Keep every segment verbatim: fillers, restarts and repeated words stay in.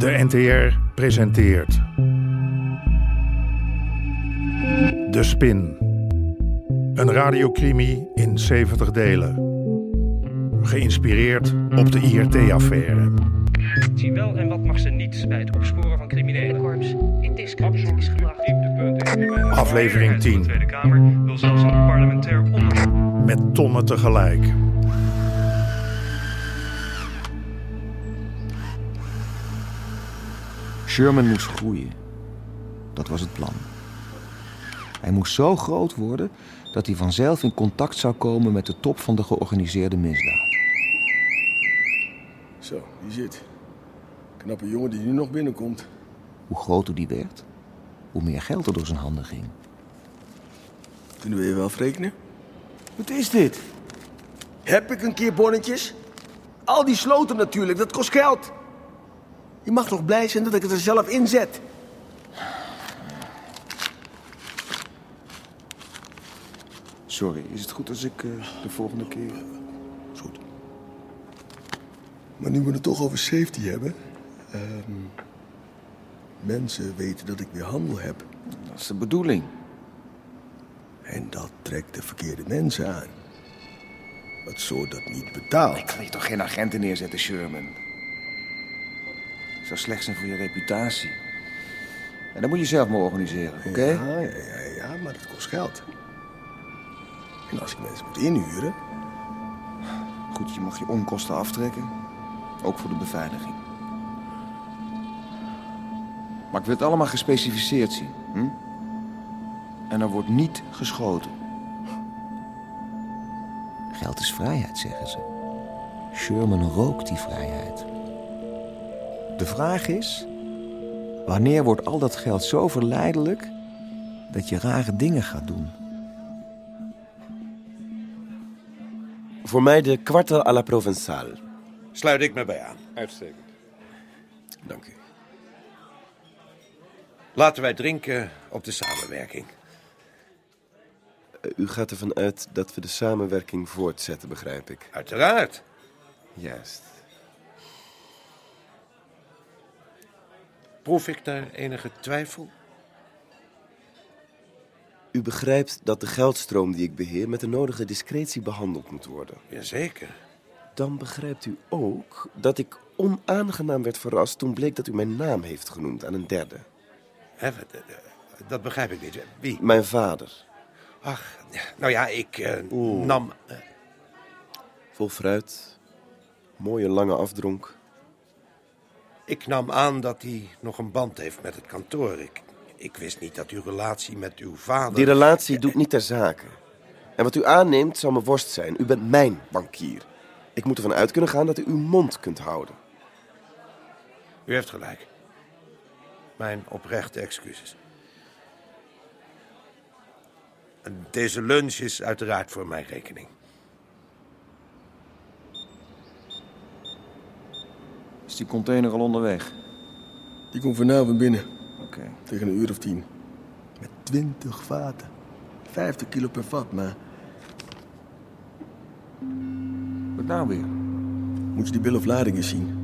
De N T R presenteert De Spin. Een radiocrimi in zeventig delen. Geïnspireerd op de I R T-affaire. Zie wel en wat mag ze niet bij het opsporen van criminelen. Korps indiscreet is gebracht. Aflevering tien. De Tweede Kamer wil zelfs een parlementair onderzoek. Met tonnen tegelijk. Sherman moest groeien. Dat was het plan. Hij moest zo groot worden dat hij vanzelf in contact zou komen met de top van de georganiseerde misdaad. Zo, die zit. Knappe jongen die nu nog binnenkomt. Hoe groter die werd, hoe meer geld er door zijn handen ging. Kunnen we je wel afrekenen? Wat is dit? Heb ik een keer bonnetjes? Al die sloten natuurlijk, dat kost geld. Je mag toch blij zijn dat ik het er zelf in zet? Sorry, is het goed als ik uh, de volgende keer... Is goed. Maar nu we het toch over safety hebben... Uh, mensen weten dat ik weer handel heb. Dat is de bedoeling. En dat trekt de verkeerde mensen aan. Wat zo dat niet betaalt. Ik kan hier toch geen agenten neerzetten, Sherman? Zou slecht zijn voor je reputatie. En dat moet je zelf maar organiseren, oké? Okay? Ja, ja, ja, ja, maar dat kost geld. En als ik mensen moet inhuren... Goed, je mag je onkosten aftrekken. Ook voor de beveiliging. Maar ik wil het allemaal gespecificeerd zien. Hm? En er wordt niet geschoten. Geld is vrijheid, zeggen ze. Sherman rookt die vrijheid. De vraag is... wanneer wordt al dat geld zo verleidelijk... dat je rare dingen gaat doen? Voor mij de Quarta à la Provençale. Sluit ik me bij aan. Uitstekend. Dank u. Laten wij drinken op de samenwerking. Uh, u gaat ervan uit dat we de samenwerking voortzetten, begrijp ik. Uiteraard. Juist. Proef ik daar enige twijfel? U begrijpt dat de geldstroom die ik beheer met de nodige discretie behandeld moet worden. Jazeker. Dan begrijpt u ook dat ik onaangenaam werd verrast toen bleek dat u mijn naam heeft genoemd aan een derde. He, dat begrijp ik niet. Wie? Mijn vader. Ach, nou ja, ik uh, nam... Uh... Vol fruit. Mooie lange afdronk. Ik nam aan dat hij nog een band heeft met het kantoor. Ik, ik wist niet dat uw relatie met uw vader... Die relatie doet niet ter zake. En wat u aanneemt zal me worst zijn. U bent mijn bankier. Ik moet ervan uit kunnen gaan dat u uw mond kunt houden. U heeft gelijk. Mijn oprechte excuses. En deze lunch is uiteraard voor mijn rekening. Is die container al onderweg? Die komt vanavond binnen. Oké. Okay. Tegen een uur of tien. Met twintig vaten. Vijftig kilo per vat, maar... Wat nou weer? Moet je die bill of lading eens zien.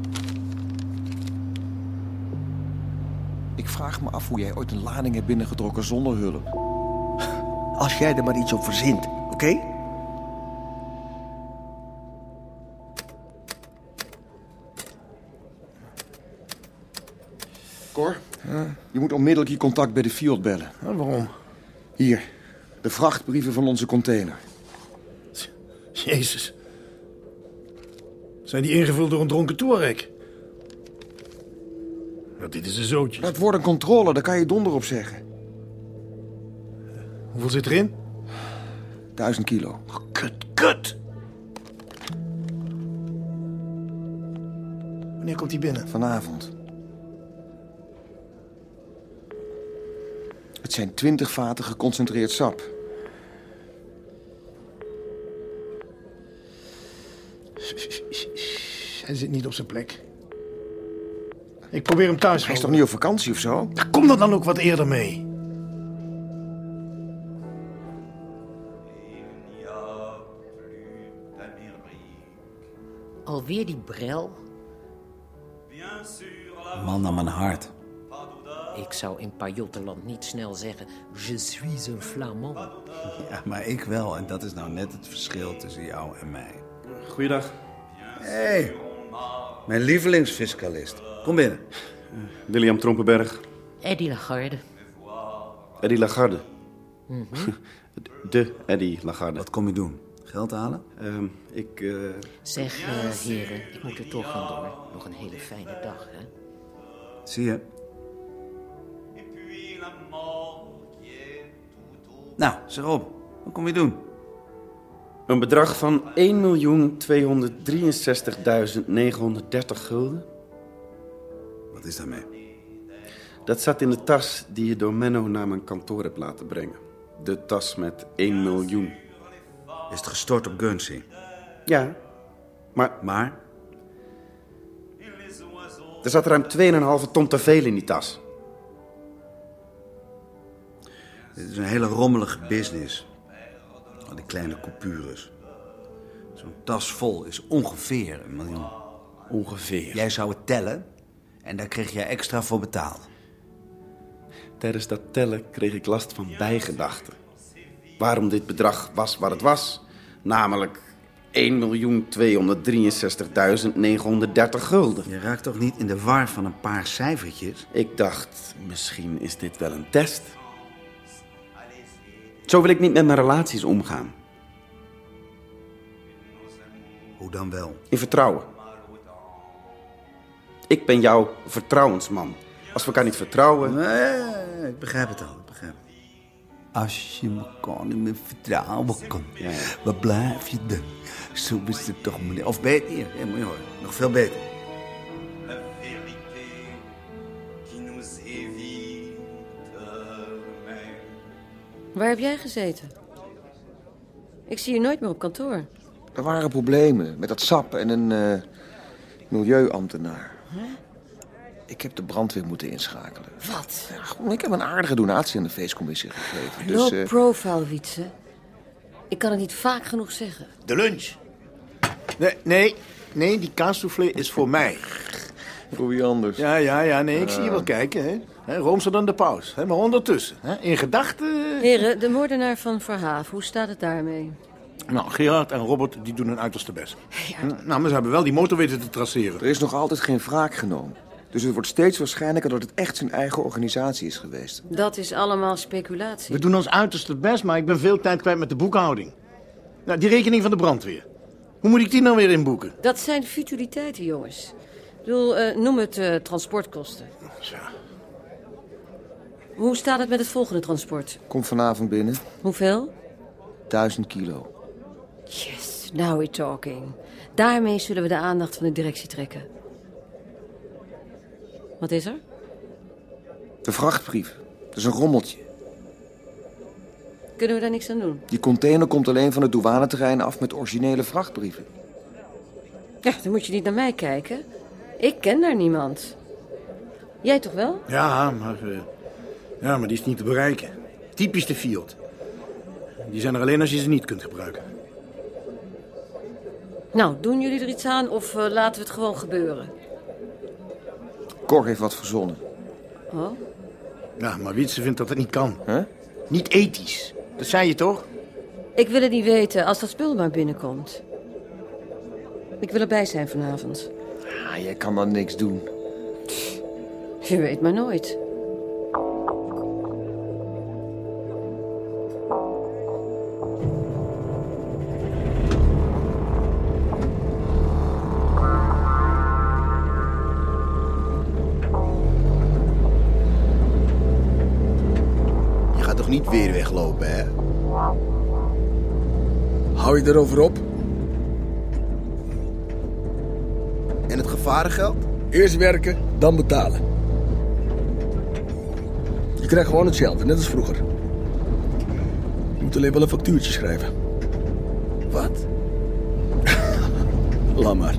Ik vraag me af hoe jij ooit een lading hebt binnengetrokken zonder hulp. Als jij er maar iets op verzint, oké? Okay? Cor, huh? Je moet onmiddellijk je contact bij de Fiat bellen. En waarom? Hier, de vrachtbrieven van onze container. Jezus. Zijn die ingevuld door een dronken Touareg? Nou, dit is een zootje. Het wordt een controle, daar kan je donder op zeggen. Hoeveel zit erin? Duizend kilo. Oh, kut, kut! Wanneer komt hij binnen? Vanavond. Het zijn twintig vaten geconcentreerd sap. Hij zit niet op zijn plek. Ik probeer hem thuis. Hij is toch niet op vakantie of zo? Ja, kom er dan ook wat eerder mee. Alweer die brel. Bien sûr, Man aan mijn hart. Ik zou in Pajottenland niet snel zeggen... Je suis un Flamand. Ja, maar ik wel. En dat is nou net het verschil tussen jou en mij. Goeiedag. Hé, hey, mijn lievelingsfiscalist. Kom binnen. William Trompenberg. Eddy Lagarde. Eddy Lagarde. Mm-hmm. De Eddy Lagarde. Wat kom je doen? Geld halen? Um, ik... Uh... Zeg, uh, heren, ik moet er toch gaan door. Nog een hele fijne dag, hè? Zie je. Nou, zeg op. Wat kom je doen? Een bedrag van één miljoen tweehonderddrieënzestigduizend negenhonderddertig gulden. Wat is daarmee? Dat zat in de tas die je door Menno naar mijn kantoor hebt laten brengen. De tas met één miljoen. Is het gestort op Guernsey? Ja, maar... Maar? Er zat ruim twee komma vijf ton te veel in die tas. Dit is een hele rommelige business. Al die kleine coupures. Zo'n tas vol is ongeveer een miljoen. Ongeveer. Jij zou het tellen en daar kreeg jij extra voor betaald. Tijdens dat tellen kreeg ik last van bijgedachten. Waarom dit bedrag was wat het was. Namelijk één miljoen tweehonderddrieënzestigduizend negenhonderddertig gulden. Je raakt toch niet in de war van een paar cijfertjes? Ik dacht, misschien is dit wel een test. Zo wil ik niet met mijn relaties omgaan. Hoe dan wel? In vertrouwen. Ik ben jouw vertrouwensman. Als we elkaar niet vertrouwen... Nee, ik begrijp het al, ik begrijp het. Als je elkaar niet meer vertrouwen kan, ja, ja. Waar blijf je dan? Zo is het toch, meneer. Of beter, hier, ja, moet je horen. Nog veel beter. Waar heb jij gezeten? Ik zie je nooit meer op kantoor. Er waren problemen met dat sap en een uh, milieuambtenaar. Huh? Ik heb de brandweer moeten inschakelen. Wat? Ja, ik heb een aardige donatie aan de feestcommissie gegeven. Low Dus, uh... profile, Wietse. Ik kan het niet vaak genoeg zeggen. De lunch. Nee, nee, nee, die kaassoufflé is voor mij. Voor wie anders? Ja, ja, ja, nee, ik uh... zie je wel kijken, hè. He, roomser dan de paus. He, maar ondertussen, he, in gedachten... Heren, de moordenaar van Verhaaf, hoe staat het daarmee? Nou, Gerard en Robert die doen hun uiterste best. Ja. Nou, maar ze hebben wel die motor weten te traceren. Er is nog altijd geen wraak genomen. Dus het wordt steeds waarschijnlijker dat het echt zijn eigen organisatie is geweest. Dat is allemaal speculatie. We doen ons uiterste best, maar ik ben veel tijd kwijt met de boekhouding. Nou, die rekening van de brandweer. Hoe moet ik die nou weer inboeken? Dat zijn futiliteiten, jongens. Ik bedoel, uh, noem het uh, transportkosten. Zo. Hoe staat het met het volgende transport? Komt vanavond binnen. Hoeveel? Duizend kilo. Yes, now we're talking. Daarmee zullen we de aandacht van de directie trekken. Wat is er? De vrachtbrief. Dat is een rommeltje. Kunnen we daar niks aan doen? Die container komt alleen van het douaneterrein af met originele vrachtbrieven. Ja, dan moet je niet naar mij kijken. Ik ken daar niemand. Jij toch wel? Ja, maar, uh, ja, maar die is niet te bereiken. Typisch de Fiat. Die zijn er alleen als je ze niet kunt gebruiken. Nou, doen jullie er iets aan of uh, laten we het gewoon gebeuren? Cor heeft wat verzonnen. Oh? Ja, maar Wietse vindt dat het niet kan. Huh? Niet ethisch. Dat zei je toch? Ik wil het niet weten als dat spul maar binnenkomt. Ik wil erbij zijn vanavond. Ja, jij kan dan niks doen. Je weet maar nooit. Je gaat toch niet weer weglopen, hè? Hou je erover op? En het gevarengeld? Eerst werken, dan betalen. Je krijgt gewoon hetzelfde, net als vroeger. Je moet alleen wel een factuurtje schrijven. Wat? Laat maar.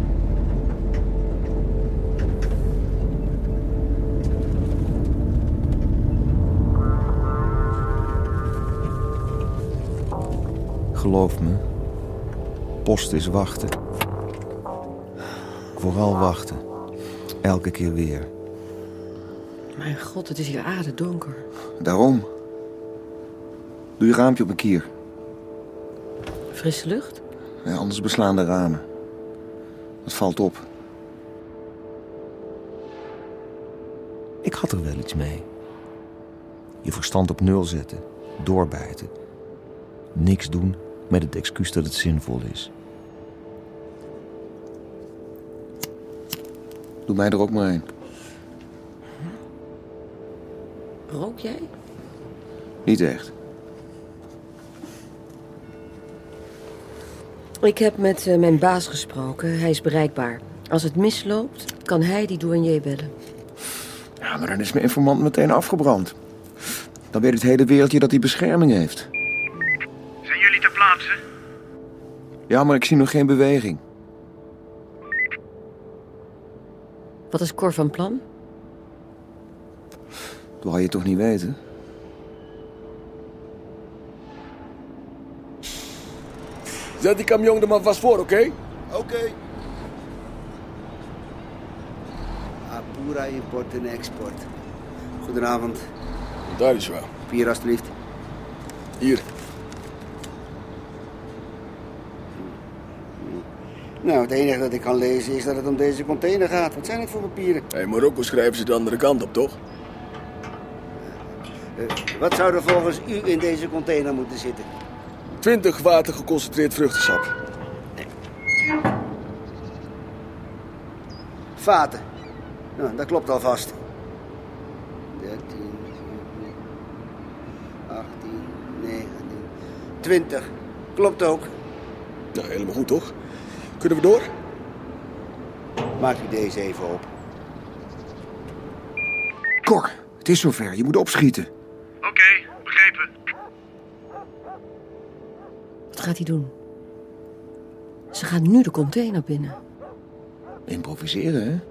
Geloof me, post is wachten. Vooral wachten. Elke keer weer. Mijn god, het is hier aardedonker. Daarom. Doe je raampje op een kier. Frisse lucht? Ja, anders beslaan de ramen. Het valt op. Ik had er wel iets mee. Je verstand op nul zetten. Doorbijten. Niks doen met het excuus dat het zinvol is. Doe mij er ook maar een. Rook jij? Niet echt. Ik heb met uh, mijn baas gesproken. Hij is bereikbaar. Als het misloopt, kan hij die douanier bellen. Ja, maar dan is mijn informant meteen afgebrand. Dan weet het hele wereldje dat hij bescherming heeft. Zijn jullie ter plaatse? Ja, maar ik zie nog geen beweging. Wat is Cor van plan? Dat wil je toch niet weten? Zet die camion er maar vast voor, oké? Okay? Oké. Okay. Apura Import en Export. Goedenavond. Daar is wel. Papier alstublieft. Hier. Nou, het enige dat ik kan lezen is dat het om deze container gaat. Wat zijn het voor papieren? In Marokko schrijven ze de andere kant op, toch? Uh, wat zou er volgens u in deze container moeten zitten? twintig vaten geconcentreerd vruchtensap. Nee. Vaten. Nou, dat klopt alvast. dertien, achttien, negentien, twintig. Klopt ook. Nou, helemaal goed, toch? Kunnen we door? Maak u deze even op. Cor, het is zover. Je moet opschieten. Oké, okay, begrepen. Wat gaat hij doen? Ze gaan nu de container binnen. Improviseren, hè?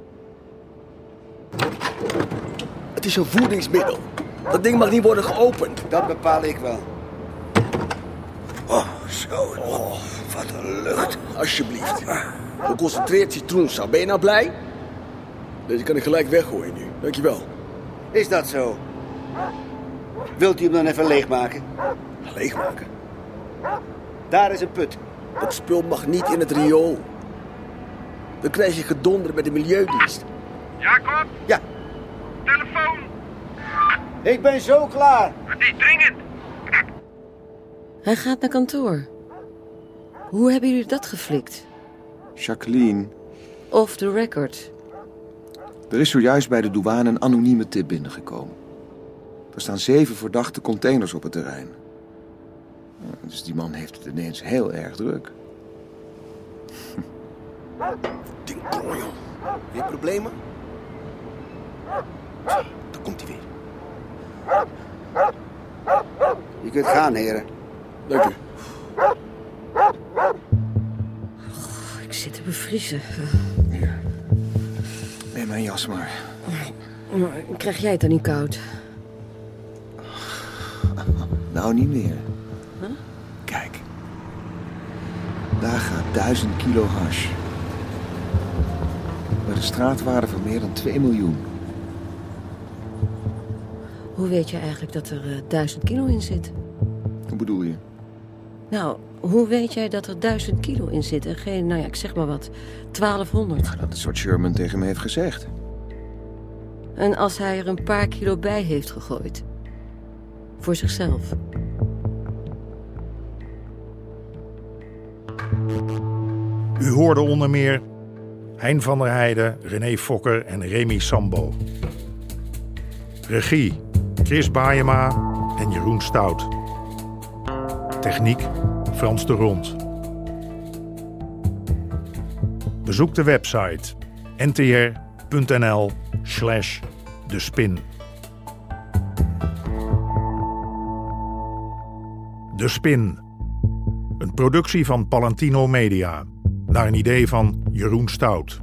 Het is een voedingsmiddel. Dat ding mag niet worden geopend. Dat bepaal ik wel. Oh, zo. Oh, wat een lucht. Alsjeblieft. Geconcentreerd citroensap. Ben je nou blij? Deze kan ik gelijk weggooien nu. Dankjewel. Is dat zo? Wilt u hem dan even leegmaken? Leegmaken? Daar is een put. Dat spul mag niet in het riool. Dan krijg je gedonder met de milieudienst. Jacob? Ja. Telefoon. Ik ben zo klaar. Het is dringend. Hij gaat naar kantoor. Hoe hebben jullie dat geflikt? Jacqueline. Off the record. Er is zojuist bij de douane een anonieme tip binnengekomen. Er staan zeven verdachte containers op het terrein. Dus die man heeft het ineens heel erg druk. Ding joh. Weer problemen? Daar komt hij weer. Je kunt gaan, heren. Dank u. Oh, ik zit te bevriezen. Hier. Neem mijn jas maar. Maar krijg jij het dan niet koud? Nou, niet meer. Huh? Kijk. Daar gaat duizend kilo hash. Bij de straatwaarde van meer dan twee miljoen. Hoe weet je eigenlijk dat er uh, duizend kilo in zit? Hoe bedoel je? Nou, hoe weet jij dat er duizend kilo in zit en geen, nou ja, ik zeg maar wat, twaalfhonderd? Nou, dat is wat Sherman tegen me heeft gezegd. En als hij er een paar kilo bij heeft gegooid? Voor zichzelf? U hoorde onder meer Hein van der Heijden, René Fokker en Remy Sambo. Regie Chris Baayema en Jeroen Stout. Techniek Frans de Rond. Bezoek de website n t r punt n l slash de spin. De Spin. Een productie van Palantino Media. Naar een idee van Jeroen Stout.